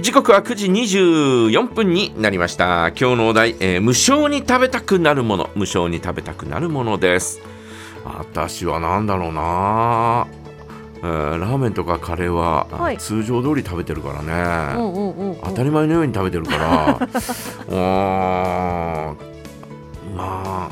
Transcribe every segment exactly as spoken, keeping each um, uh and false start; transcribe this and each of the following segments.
時刻はくじにじゅうよんぷんになりました。今日のお題、えー、無性に食べたくなるもの、無性に食べたくなるものです。私はなんだろうな、えー、ラーメンとかカレーは、はい、通常通り食べてるからね、おうおうおうおう、当たり前のように食べてるからうーん、まあ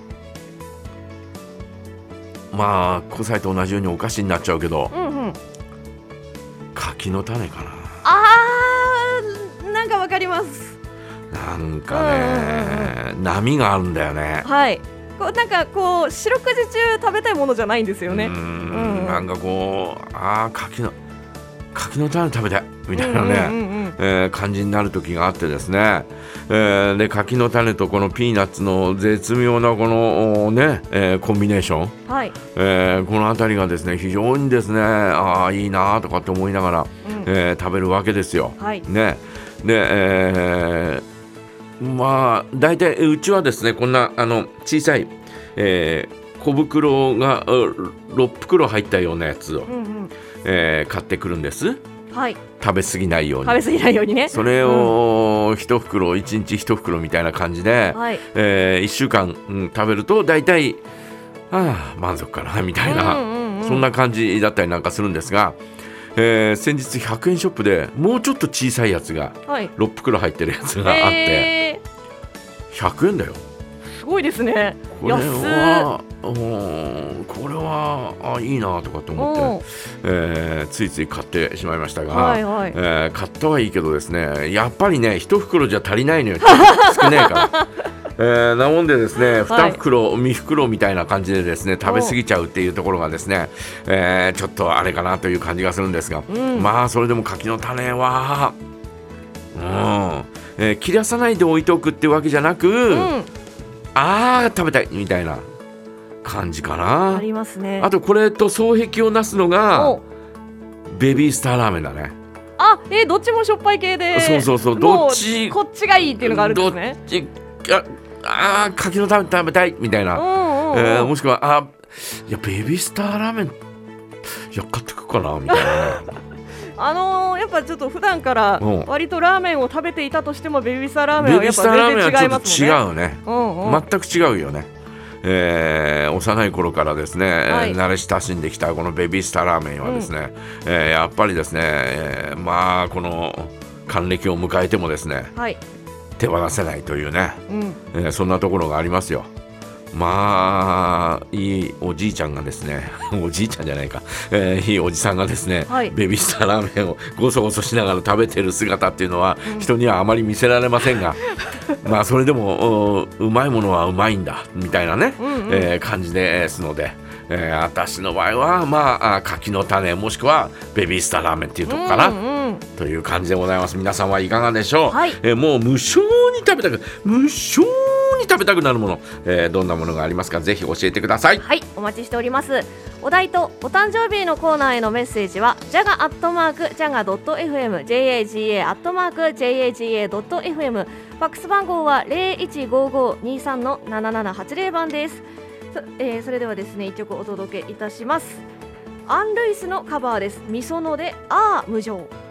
まあ小菜と同じようにお菓子になっちゃうけど、うんうん、柿の種かな。 あー、なんかわかります。 なんかね、うんうんうん、波があるんだよね。 はい、こうなんかこう四六時中食べたいものじゃないんですよね。うん、 うん、なんかこう、あー、柿の柿の種食べたいみたいなね、うんうんうんうん、えー、感じになる時があってですね、えー、で柿の種とこのピーナッツの絶妙なこのね、えー、コンビネーション、はい、えー、このあたりがですね非常にですね、あーいいなとかって思いながら、うん、えー、食べるわけですよ、はい、ね、で、えー、まあ大体うちはですねこんなあの小さい、えー、小袋がろく袋入ったようなやつを、うんうん、えー、買ってくるんです、はい、食べ過ぎないように食べ過ぎないようにね。 それを一袋いちにち一袋みたいな感じで、はい、えー、いっしゅうかん、うん、食べるとだいたいああ満足かなみたいな、うんうんうん、そんな感じだったりなんかするんですが、えー、先日ひゃくえんショップでもうちょっと小さいやつが、はい、ろく袋入ってるやつがあって、えー、ひゃくえんだよ。 すごいですね。 これはこれはあいいなとかって思って、えー、ついつい買ってしまいましたが、はいはい、えー、買ったはいいけどですねやっぱりね一袋じゃ足りないのよ。少ねえからえー、なもんでですねに袋、はい、に袋みたいな感じでですね食べ過ぎちゃうっていうところがですね、えー、ちょっとあれかなという感じがするんですが、うん、まあそれでも柿の種は、うん、えー、切らさないで置いておくってわけじゃなく、うん、あー食べたいみたいな感じかな。 ありますね。 あとこれと双璧をなすのがベビースターラーメンだね。 あ、えー、どっちもしょっぱい系で、 そうそうそう、どっちこっちがいいっていうのがあるんですね。 どっちああ柿の種食べたいみたいな、うんうんうん、えー、もしくはあいやベビースターラーメンいや買ってくかなみたいなねあのー、やっぱちょっと普段から割とラーメンを食べていたとしてもベビースターラーメンはやっぱ全然違いますもんね。 違うね、うんうん、全く違うよね。えー、幼い頃からですね、はい、慣れ親しんできたこのベビースターラーメンはですね、うん、えー、やっぱりですね、えー、まあこの還暦を迎えてもですね、はい、手放せないというね、うん、えー、そんなところがありますよ。まあいいおじいちゃんがですねおじいちゃんじゃないか、えー、いいおじさんがですね、はい、ベビースターラーメンをごそごそしながら食べてる姿っていうのは、うん、人にはあまり見せられませんがまあそれでも う, うまいものはうまいんだみたいなね、うんうん、えー、感じですので、えー、私の場合はまあ柿の種もしくはベビースターラーメンっていうとこかな、うんうん、という感じでございます。皆さんはいかがでしょう、はい、えー、もう無性に食べたく無性に食べたくなるもの、えー、どんなものがありますかぜひ教えてください。 はい、お待ちしております。お題とお誕生日のコーナーへのメッセージは ジャガ アットマーク ジャガ ドット エフエム ジェイエージーエー アットマーク ジェイエージーエー ドット エフエム ファックス番号は ゼロいちごごにさん のななななはちゼロ番です。 そ,、えー、それではですねいっきょくお届けいたします。アン・ルイスのカバーです。みそのであー無情。